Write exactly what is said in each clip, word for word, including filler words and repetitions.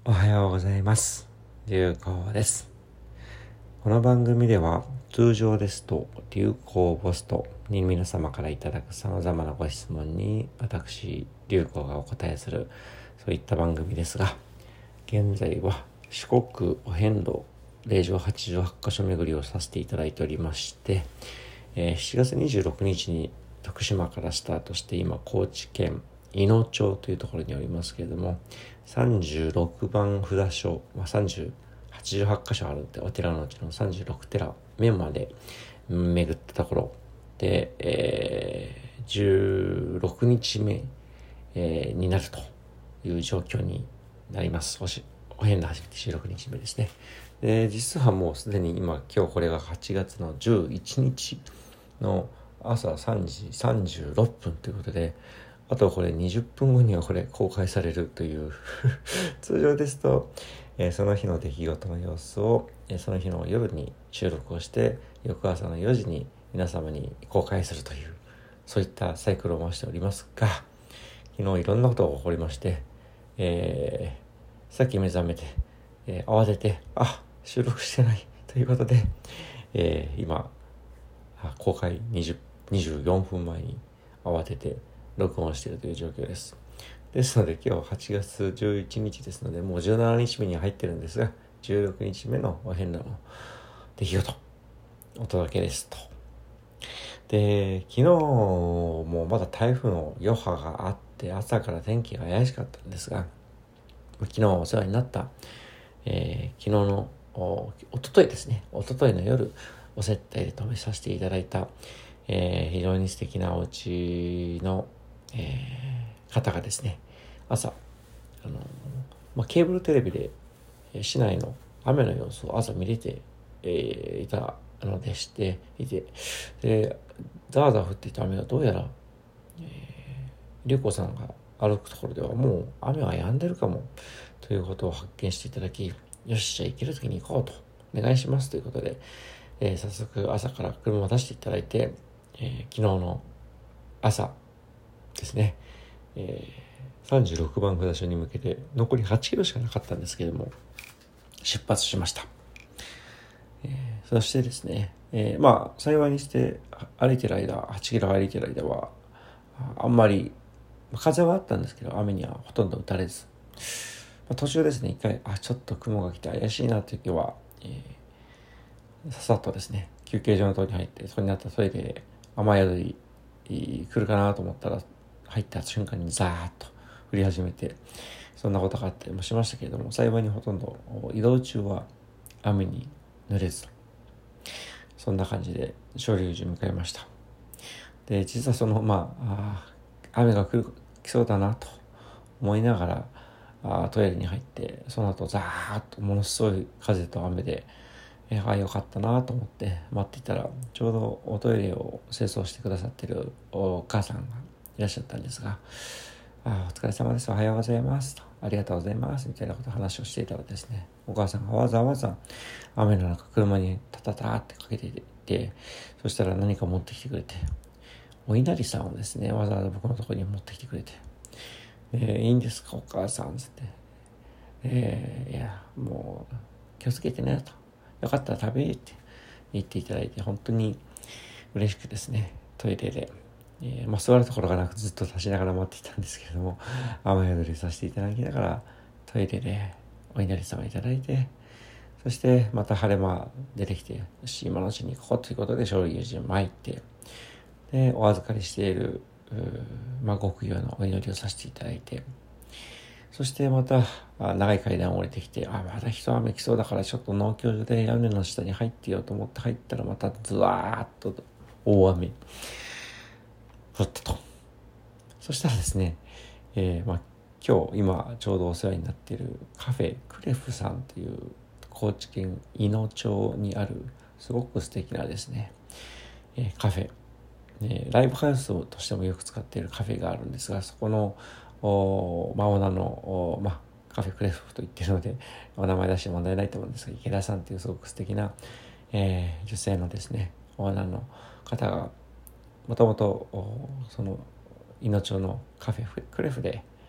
おはようございます。流行です。この番組では通常ですと流行ポストに皆様からいただく様々なご質問に私流行がお答えする、そういった番組ですが、現在は四国お遍路霊場はちじゅうはちカ所巡りをさせていただいておりまして、えー、しちがつにじゅうろくにちに徳島からスタートして、今高知県伊野町というところにおりますけれども、さんじゅうろくばん札所、まあ、さんじゅうはちじゅうはちカ所あるってお寺のうちのさんじゅうろく寺目まで巡ったところで、えー、じゅうろくにちめ、えー、になるという状況になります。おしお遍路始めてじゅうろくにちめですね。で、実はもうすでに今今日これがはちがつのじゅういちにちの朝さんじさんじゅうろっぷんということで、あとこれにじゅっぷんごにはこれ公開されるという通常ですと、えー、その日の出来事の様子を、えー、その日の夜に収録をして翌朝のよじに皆様に公開するという、そういったサイクルを回しておりますが、昨日いろんなことが起こりまして、えー、さっき目覚めて、えー、慌ててあ収録してないということで、えー、今公開にじゅう、にじゅうよんぷんまえに慌てて録音しているという状況です。ですので今日はちがつじゅういちにちですので、もうじゅうしちにちめに入ってるんですが、じゅうろくにちめのお遍路の出来事お届けですと。で、昨日もまだ台風の余波があって朝から天気が怪しかったんですが、昨日お世話になった、えー、昨日のおおとといですねおとといの夜お接待で泊めさせていただいた、えー、非常に素敵なお家の、えー、方がですね、朝あの、まあ、ケーブルテレビで、えー、市内の雨の様子を朝見れて、えー、いたのでしていて、でザーザー降っていた雨がどうやら、えー、龍子さんが歩くところではもう雨は止んでるかもということを発見していただき、よしじゃあ行ける時に行こうとお願いしますということで、えー、早速朝から車を出していただいて、えー、昨日の朝ですね、えー、さんじゅうろくばん札所に向けて残りはちキロしかなかったんですけれども出発しました。えー、そしてですね、えー、まあ幸いにして歩いてる間はちキロ歩いてる間はあんまり風はあったんですけど雨にはほとんど打たれず、まあ、途中ですね一回あちょっと雲が来て怪しいなという時は、えー、ささっとですね休憩所のところに入って、そこになったトイレで雨宿り来るかなと思ったら入った瞬間にザーッと降り始めて、そんなことがあったりもしましたけれども、幸いにほとんど移動中は雨に濡れず、そんな感じで昇龍寺に向かいました。で実はそのまああ雨が来る来そうだなと思いながらあトイレに入って、その後ザーッとものすごい風と雨で、えあよかったなと思って待っていたら、ちょうどおトイレを清掃してくださってるお母さんがいらっしゃったんですが、あお疲れ様です、おはようございますと、ありがとうございますみたいなことを話をしていたらですね、お母さんがわざわざ雨の中車にタタタってかけていて、そしたら何か持ってきてくれて、お稲荷さんをですねわざわざ僕のところに持ってきてくれて、えー、いいんですかお母さんつって、えー、いやもう気をつけてねと、よかったら食べって言っていただいて本当に嬉しくですね、トイレで、えーまあ、座るところがなくずっと立ちながら待っていたんですけれども、雨宿りさせていただきながらトイレでお稲荷様いただいて、そしてまた晴れ間出てきて、よし今のうちに行こうということで昇龍寺に参って、でお預かりしているまあ、ご供養のお祈りをさせていただいて、そしてまた長い階段を降りてきて、あまだ一雨来そうだからちょっと農協所で屋根の下に入ってようと思って入ったら、またズワーッと大雨降ったと。そしたらですね、えーまあ、今日今ちょうどお世話になっているカフェクレフさんという高知県伊野町にあるすごく素敵なですね、えー、カフェ、えー、ライブハウスとしてもよく使っているカフェがあるんですが、そこのお、まあ、オーナーの、まあ、カフェクレフと言ってるのでお名前出して問題ないと思うんですが、池田さんというすごく素敵な、えー、女性のですねオーナーの方がもともとその伊野町のカフェクレフで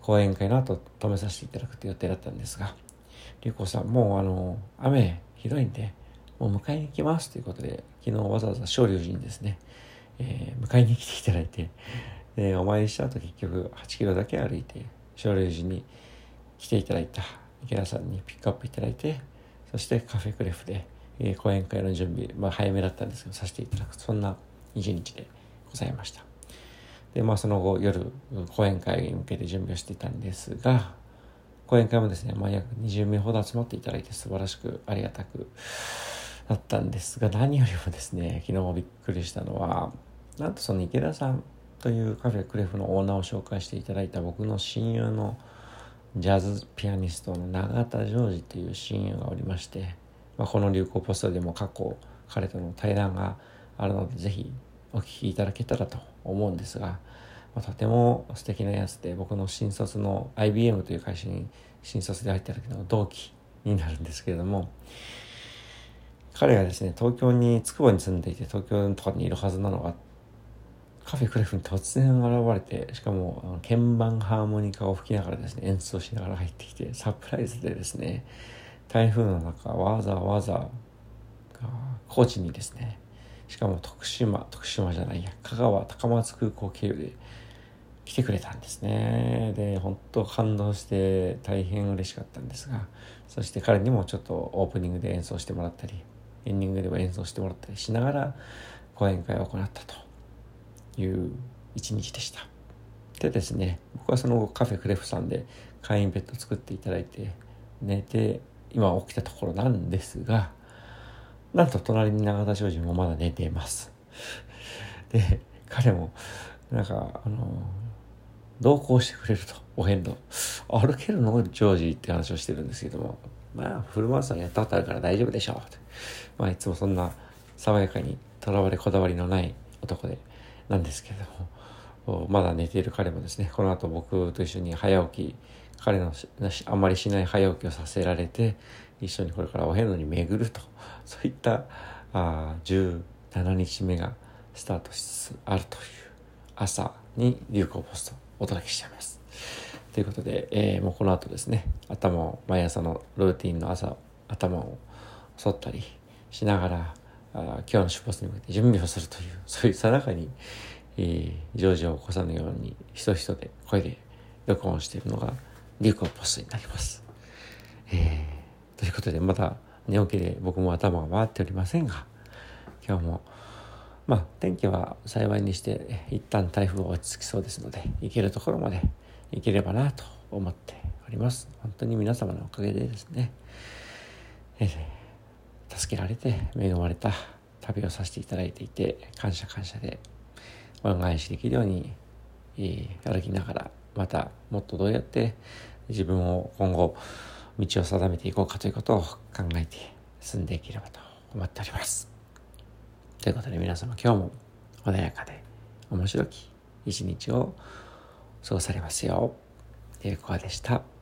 講演会の後止めさせていただくという予定だったんですが、龍子さんもうあの雨ひどいんでもう迎えに行きますということで、昨日わざわざ昇龍寺にですね、えー、迎えに来ていただいて、でお参りした後結局はちキロだけ歩いて昇龍寺に来ていただいた池田さんにピックアップいただいて、そしてカフェクレフで、えー、講演会の準備、まあ早めだったんですけどさせていただく、そんな一日でございました。でまあその後夜講演会に向けて準備をしていたんですが、講演会もですね、まあ、約にじゅうめいほど集まっていただいて素晴らしくありがたくだったんですが、何よりもですね、昨日びっくりしたのは、なんとその池田さんというカフェクレフのオーナーを紹介していただいた僕の親友のジャズピアニストの永田ジョージという親友がおりまして、まあ、この流行ポストでも過去彼との対談があるのでぜひお聞きいただけたらと思うんですが、まあ、とても素敵なやつで、僕の新卒の アイビーエム という会社に新卒で入った時の同期になるんですけれども、彼がですね東京に筑波に住んでいて東京とかにいるはずなのがカフェクレフに突然現れて、しかも鍵盤ハーモニカを吹きながらですね演奏しながら入ってきて、サプライズでですね台風の中わざわざ高知にですね、しかも徳島徳島じゃないや香川高松空港経由で来てくれたんですね。で本当感動して大変嬉しかったんですが、そして彼にもちょっとオープニングで演奏してもらったりエンディングでは演奏してもらったりしながら講演会を行ったという一日でした。でですね、僕はその後カフェクレフさんで会員ベッド作っていただいて寝て今起きたところなんですが、なんと隣に永田庄司もまだ寝ています。で彼もなんかあの同行してくれると、お遍路歩けるのジョージって話をしてるんですけども、まあフルマラソンやったことあるから大丈夫でしょうと、まあいつもそんな爽やかにとらわれこだわりのない男でなんですけれども、まだ寝ている彼もですね、この後僕と一緒に早起き、彼のあんまりしない早起きをさせられて一緒にこれからお遍路に巡ると、そういったあじゅうななにちめがスタートしつつあるという朝に流行ポストをお届けしています。ということで、えー、もうこの後ですね、頭を毎朝のルーティンの朝頭を剃ったりしながらあ今日の出発に向けて準備をするという、そういうさなかに、えー、ジョージを起こさぬようにひとひとで声で録音しているのが流行ポストになります。えー、ということでまだ寝起きで僕も頭が回っておりませんが、今日もまあ天気は幸いにして一旦台風は落ち着きそうですので、行けるところまで行ければなと思っております。本当に皆様のおかげでですね、えー、助けられて恵まれた旅をさせていただいていて、感謝感謝で恩返しできるように、えー、歩きながら、またもっとどうやって自分を今後道を定めていこうかということを考えて進んでいければと思っております。ということで皆様今日も穏やかで面白き一日を過ごされますよう。ゆうこでした。